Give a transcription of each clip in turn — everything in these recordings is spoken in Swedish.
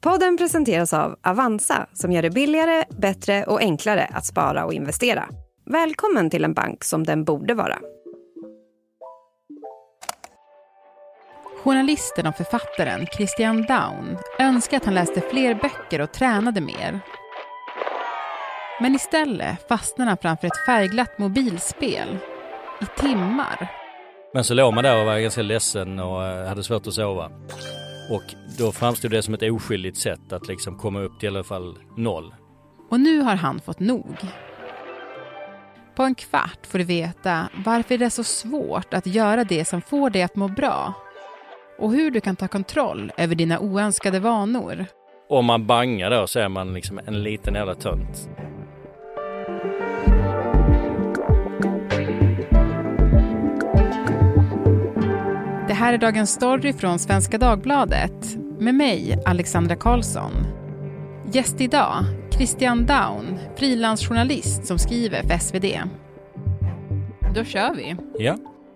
Podden presenteras av Avanza som gör det billigare, bättre och enklare att spara och investera. Välkommen till en bank som den borde vara. Journalisten och författaren Christian Daun önskar att han läste fler böcker och tränade mer. Men istället fastnade han framför ett färgglatt mobilspel i timmar. Men så låg man där och var ganska ledsen och hade svårt att sova. Och då framstod det som ett oskyldigt sätt att liksom komma upp till i alla fall 0. Och nu har han fått nog. På en kvart får du veta varför det är så svårt att göra det som får dig att må bra. Och hur du kan ta kontroll över dina oönskade vanor. Om man bangar då så är man liksom en liten jävla tönt. Det här är dagens story från Svenska Dagbladet med mig, Alexandra Karlsson. Gäst idag, Christian Daun, frilansjournalist som skriver för SvD. Då kör vi. Ja.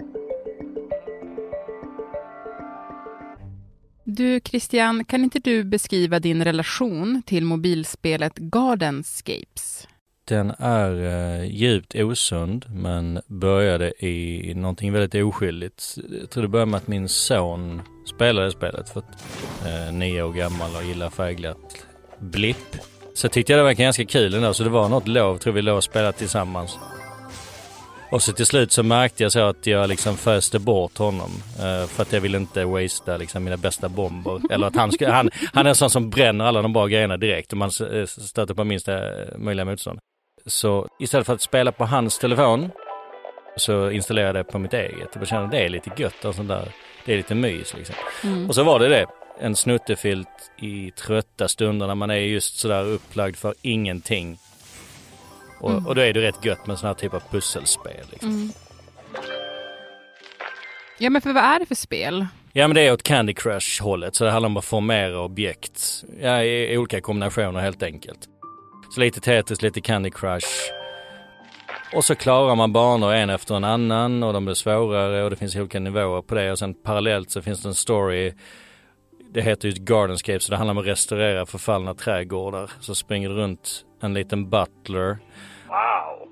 Du Christian, kan inte du beskriva din relation till mobilspelet Gardenscapes? Den är djupt osund men började i någonting väldigt oskyldigt. Jag tror det började med att min son spelade spelet för att 9 år gammal och gillar färgglatt blipp. Så tyckte jag det var ganska kul ändå, så det var något lov, tror vi lov att spela tillsammans. Och så till slut så märkte jag så att jag liksom föste bort honom för att jag ville inte wastea liksom mina bästa bomber. Eller att han är en sån som bränner alla de bra grejerna direkt och man stöter på minsta möjliga motstånd. Så istället för att spela på hans telefon så installerade jag det på mitt eget. Och jag kände att det är lite gött och sånt där. Det är lite mys liksom. Och så var det. En snuttefilt i trötta stunder när man är just sådär upplagd för ingenting. Och då är det rätt gött med sån här typ av pusselspel liksom. Ja, men för vad är det för spel? Ja, men det är åt Candy Crush-hållet. Så det handlar om att formera objekt. Ja, i olika kombinationer helt enkelt. Så lite Tetris, lite Candy Crush. Och så klarar man banor en efter en annan och de blir svårare och det finns olika nivåer på det. Och sen parallellt så finns det en story. Det heter ju Gardenscape, så det handlar om att restaurera förfallna trädgårdar. Så springer det runt en liten butler. Wow!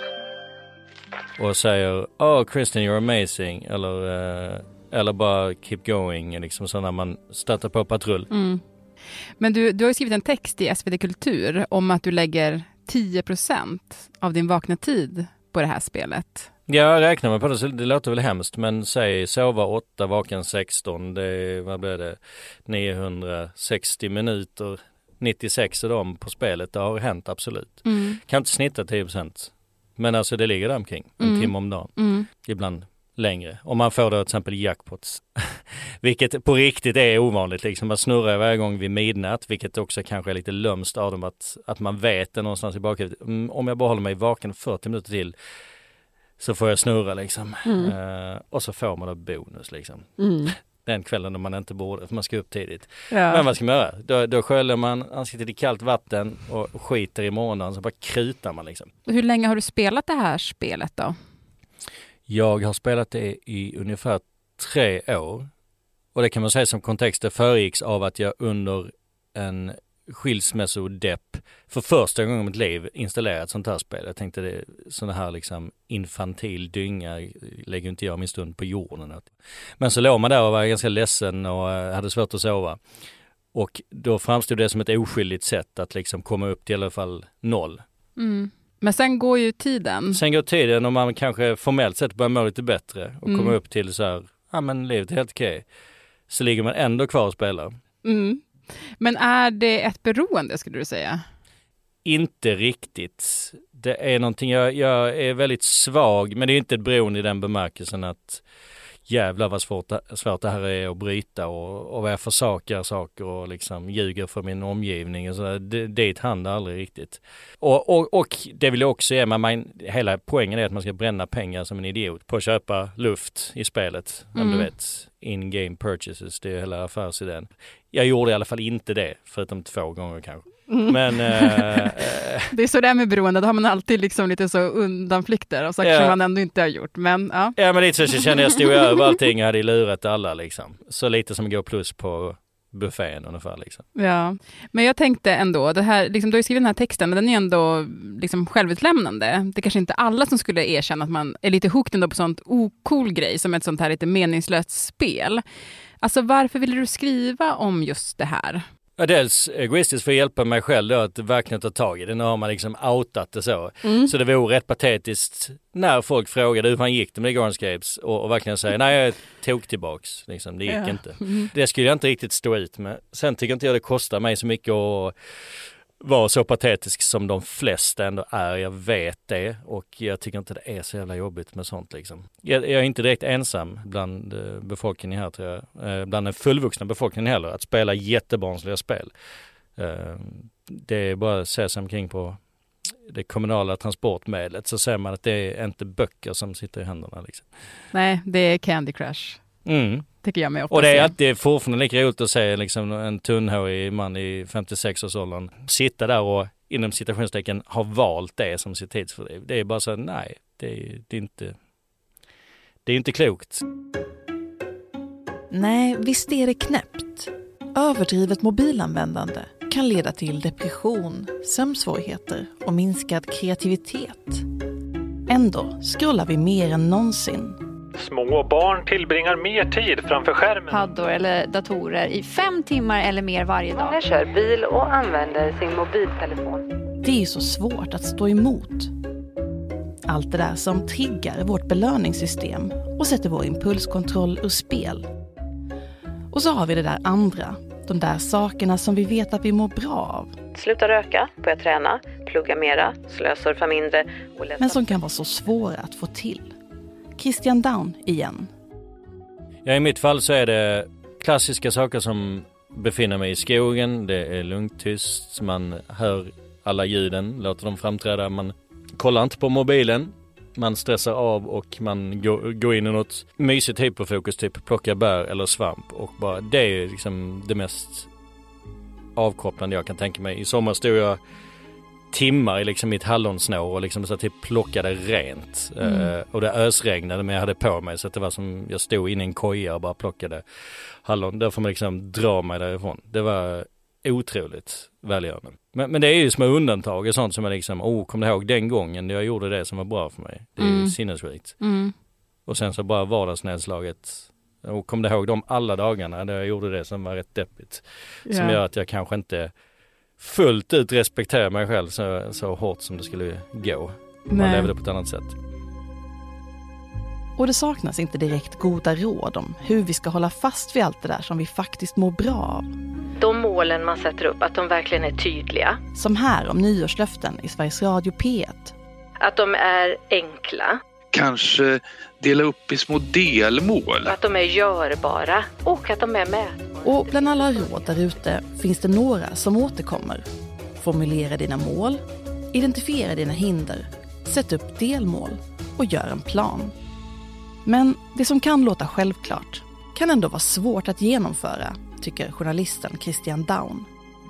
Och säger, oh Christian, you're amazing. Eller bara keep going, liksom så när man startar på patrull. Men du har ju skrivit en text i SvD Kultur om att du lägger 10% av din vakna tid på det här spelet. Jag räknar mig på det, så det låter väl hemskt, men säg sova 8, vaken 16, vad blir det? 960 minuter, 96 av dem på spelet, det har hänt absolut. Kan inte snitta 10%, men alltså det ligger där omkring, en timme om dagen, ibland längre. Om man får då till exempel jackpots, vilket på riktigt är ovanligt, liksom man snurrar varje gång vid midnatt, vilket också kanske är lite lömst av dem att man vet det någonstans i bakhuvudet. Om jag bara håller mig vaken 40 minuter till så får jag snurra liksom. Och så får man då bonus liksom. Den kvällen då man inte borde, för man ska upp tidigt. Ja. Men vad ska man göra? Då sköljer man ansiktet i kallt vatten och skiter i morgonen, så bara krutar man liksom. Hur länge har du spelat det här spelet då? Jag har spelat det i ungefär 3 år. Och det kan man säga som kontext, det föregicks av att jag under en skilsmässodepp för första gången i mitt liv installerat sånt här spel. Jag tänkte det såna här liksom infantil dynga lägger inte jag min stund på jorden. Men så låg man där och var ganska ledsen och hade svårt att sova. Och då framstod det som ett oskyldigt sätt att liksom komma upp till i alla fall 0. Men sen går ju tiden. Sen går tiden och man kanske formellt sett börjar må lite bättre och kommer upp till så här, ja men livet är helt okej. Så ligger man ändå kvar och spelar. Men är det ett beroende, skulle du säga? Inte riktigt. Det är någonting, jag är väldigt svag, men det är inte ett beroende i den bemärkelsen att jävlar vad svårt det här är att bryta och vad jag försakar saker och liksom ljuger för min omgivning och så där. Det handlar aldrig riktigt. Och det vill jag också ge mig, hela poängen är att man ska bränna pengar som en idiot på att köpa luft i spelet. Om du vet, in-game purchases, det är hela affärsidén. Jag gjorde i alla fall inte det, förutom 2 gånger kanske. Men det är så där med beroende, då har man alltid liksom lite så undanflykter och saker som man ändå inte har gjort. Men men lite så kände jag stod över allting och hade lurat alla liksom. Så lite som går plus på buffén ungefär liksom. Ja, men jag tänkte ändå, det här, liksom, du har ju skrivit den här texten, men den är ändå liksom självutlämnande. Det är kanske inte alla som skulle erkänna att man är lite hooked ändå på sånt ocool grej som ett sånt här lite meningslöst spel. Alltså varför ville du skriva om just det här? Ja, dels egoistiskt för att hjälpa mig själv då att verkligen ta tag i det. Nu har man liksom outat det så. Så det vore rätt patetiskt när folk frågade hur fan gick det med Gardenscapes och verkligen säga nej, jag tog tillbaks. Liksom, det gick inte. Det skulle jag inte riktigt stå ut med. Sen tycker inte jag det kostar mig så mycket att vara så patetisk som de flesta ändå är. Jag vet det och jag tycker inte det är så jävla jobbigt med sånt liksom. Jag är inte direkt ensam bland befolkningen här tror jag. Bland den fullvuxna befolkningen heller. Att spela jättebarnsliga spel. Det är bara att se sig omkring på det kommunala transportmedlet så ser man att det är inte böcker som sitter i händerna liksom. Nej, det är Candy Crush. Tycker jag mig ofta. Och det är alltid fortfarande lika roligt att se liksom en tunnhårig man i 56-årsåldern sitta där och inom citationstecken har valt det som sitt tidsfördriv. Det är bara så, nej, det är inte klokt. Nej, visst är det knäppt. Överdrivet mobilanvändande kan leda till depression, sömnsvårigheter och minskad kreativitet. Ändå scrollar vi mer än någonsin. Små barn tillbringar mer tid framför skärmen. Paddor eller datorer i 5 timmar eller mer varje dag. Många kör bil och använder sin mobiltelefon. Det är så svårt att stå emot. Allt det där som triggar vårt belöningssystem och sätter vår impulskontroll ur spel. Och så har vi det där andra, de där sakerna som vi vet att vi mår bra av. Sluta röka, börja träna, plugga mera, slösurfa mindre och läsa. Men som kan vara så svåra att få till. Christian Down igen. Ja, i mitt fall så är det klassiska saker som befinner mig i skogen. Det är lugnt, tyst. Man hör alla ljuden, låter dem framträda. Man kollar inte på mobilen. Man stressar av och man går in i något mysigt hyperfokus, typ plocka bär eller svamp. Och bara, det är liksom det mest avkopplande jag kan tänka mig. I sommar stod jag timmar i liksom mitt hallonsnår och liksom så typ plockade rent. Och det ösregnade men jag hade på mig så att det var som jag stod inne i en koja och bara plockade hallon. Där får man liksom dra mig därifrån. Det var otroligt välgörande. Men det är ju små undantag och sånt som jag liksom, kom du ihåg den gången jag gjorde det som var bra för mig. Det är ju sinnessjukt. Och sen så bara vardagsnedslaget. Och kom du ihåg de alla dagarna där jag gjorde det som var rätt deppigt. Ja. Som gör att jag kanske inte fullt ut respekterar mig själv så hårt som det skulle gå. Man levde på ett annat sätt. Och det saknas inte direkt goda råd om hur vi ska hålla fast vid allt det där som vi faktiskt mår bra av. De målen man sätter upp, att de verkligen är tydliga. Som här om nyårslöften i Sveriges Radio P1. Att de är enkla. Kanske dela upp i små delmål. Att de är görbara och att de är mätbara. Och bland alla råd där ute finns det några som återkommer. Formulera dina mål, identifiera dina hinder, sätt upp delmål och gör en plan. Men det som kan låta självklart kan ändå vara svårt att genomföra, tycker journalisten Christian Down.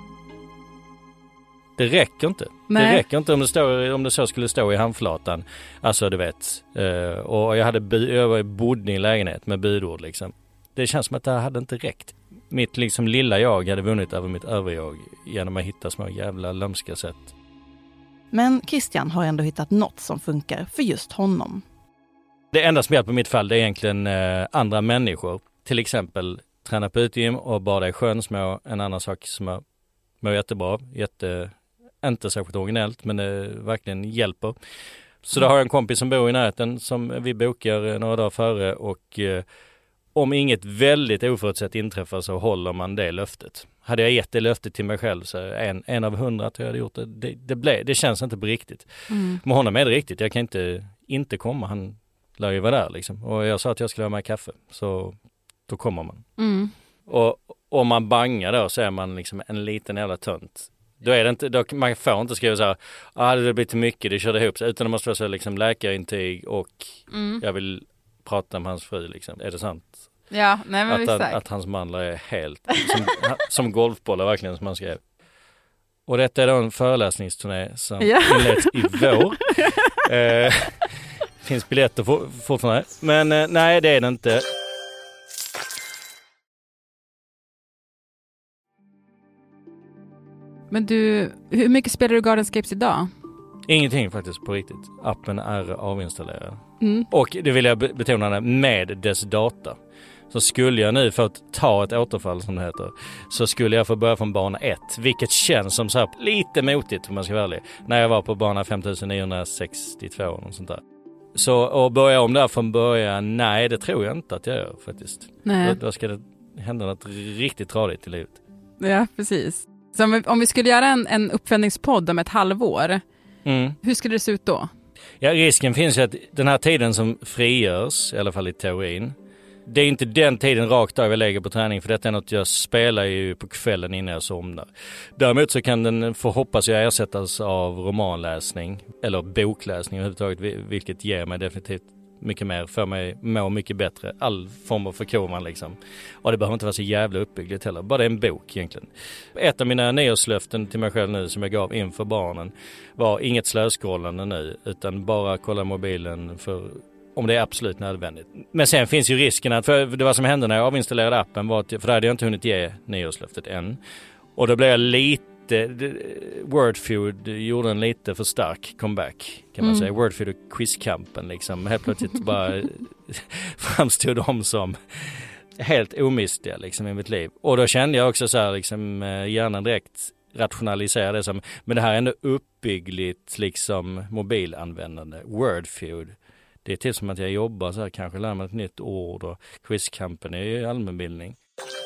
Det räcker inte. Nej. Det räcker inte om det så skulle stå i handflatan. Alltså du vet. Och jag bodde i en lägenhet med budord liksom. Det känns som att det hade inte räckt. Mitt liksom lilla jag hade vunnit över mitt överjag genom att hitta små jävla lömska sätt. Men Christian har ändå hittat något som funkar för just honom. Det enda som hjälper i mitt fall det är egentligen andra människor. Till exempel träna på utegym och bada i sjön som är en annan sak som jag mår jättebra. Inte särskilt originellt men det verkligen hjälper. Så då har jag en kompis som bor i närheten som vi bokar några dagar före och om inget väldigt oförutsett inträffar så håller man det löftet. Hade jag gett det löftet till mig själv så en av 100 att jag hade gjort det. Det känns inte på riktigt. Men honom är det riktigt. Jag kan inte komma. Han lär ju vara där liksom. Och jag sa att jag skulle ha med kaffe. Så då kommer man. Och om man bangar då så är man liksom en liten jävla tönt. Då är det inte, man får inte skriva så här, det blir till mycket, det körde ihop sig. Utan det måste vara så liksom läkarintyg och jag vill prata med hans fru liksom. Är det sant? Ja, nej men exakt. Att hans mandlar är helt som golfbollar verkligen som man skrev. Och detta är då en föreläsningsturné som inleds i vår. Finns biljetter fortfarande. Men nej, det är det inte. Men du, hur mycket spelar du Gardenscapes idag? Ingenting faktiskt på riktigt. Appen är avinstallerad. Och det vill jag betona med dess data. Så skulle jag nu för att ta ett återfall som det heter, så skulle jag få börja från bana 1. Vilket känns som så här lite motigt om man ska vara ärlig. När jag var på bana 5962 och något sånt där. Så att börja om där från början, nej det tror jag inte att jag gör faktiskt. Nej. Då ska det hända något riktigt tradigt i livet. Ja, precis. Så om vi skulle göra en uppföljningspodd om ett halvår, hur skulle det se ut då? Ja, risken finns ju att den här tiden som frigörs, i alla fall i teorin, det är inte den tiden rakt av jag lägger på träning, för detta är något jag spelar ju på kvällen innan jag somnar. Däremot så kan den förhoppas jag ersättas av romanläsning eller bokläsning överhuvudtaget, vilket ger mig definitivt mycket mer, för mig må mycket bättre. All form av förkovran liksom. Och det behöver inte vara så jävla uppbyggligt heller. Bara det är en bok egentligen. Ett av mina nyårslöften till mig själv nu som jag gav inför barnen var inget slöskrollande nu, utan bara kolla mobilen för om det är absolut nödvändigt. Men sen finns ju risken att, för det var som hände när jag avinstallerade appen var att, för det hade jag inte hunnit ge nyårslöftet än. Och då blev jag lite, Wordfeud gjorde en lite för stark comeback kan man säga. Wordfeud och quizkampen liksom. Helt plötsligt bara framstod de som helt omistliga liksom i mitt liv. Och då kände jag också så här liksom hjärnan direkt rationalisera det som, men det här är ändå uppbyggligt liksom mobilanvändande. Wordfeud. Det är till som att jag jobbar så här, kanske lär mig ett nytt ord, och quizkampen är ju allmänbildning.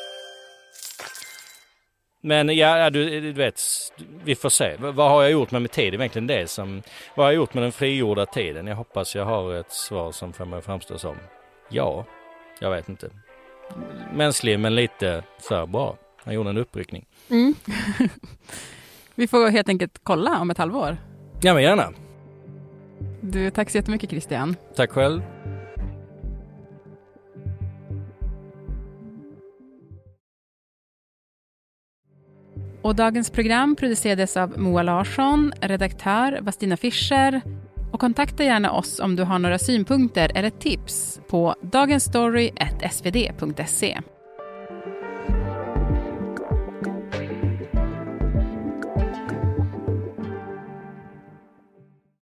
Men ja, du vet, vi får se. Vad har jag gjort med tid? Det är verkligen det som, vad har jag gjort med den frigjorda tiden? Jag hoppas jag har ett svar som för mig framstår som ja, jag vet inte. Mänsklig men lite för bra. Han gjorde en uppryckning. Vi får helt enkelt kolla om ett halvår. Ja, men gärna. Du, tack så jättemycket Christian. Tack själv. Och dagens program producerades av Moa Larsson, redaktör Bastina Fischer. Och kontakta gärna oss om du har några synpunkter eller tips på dagensstory@svd.se.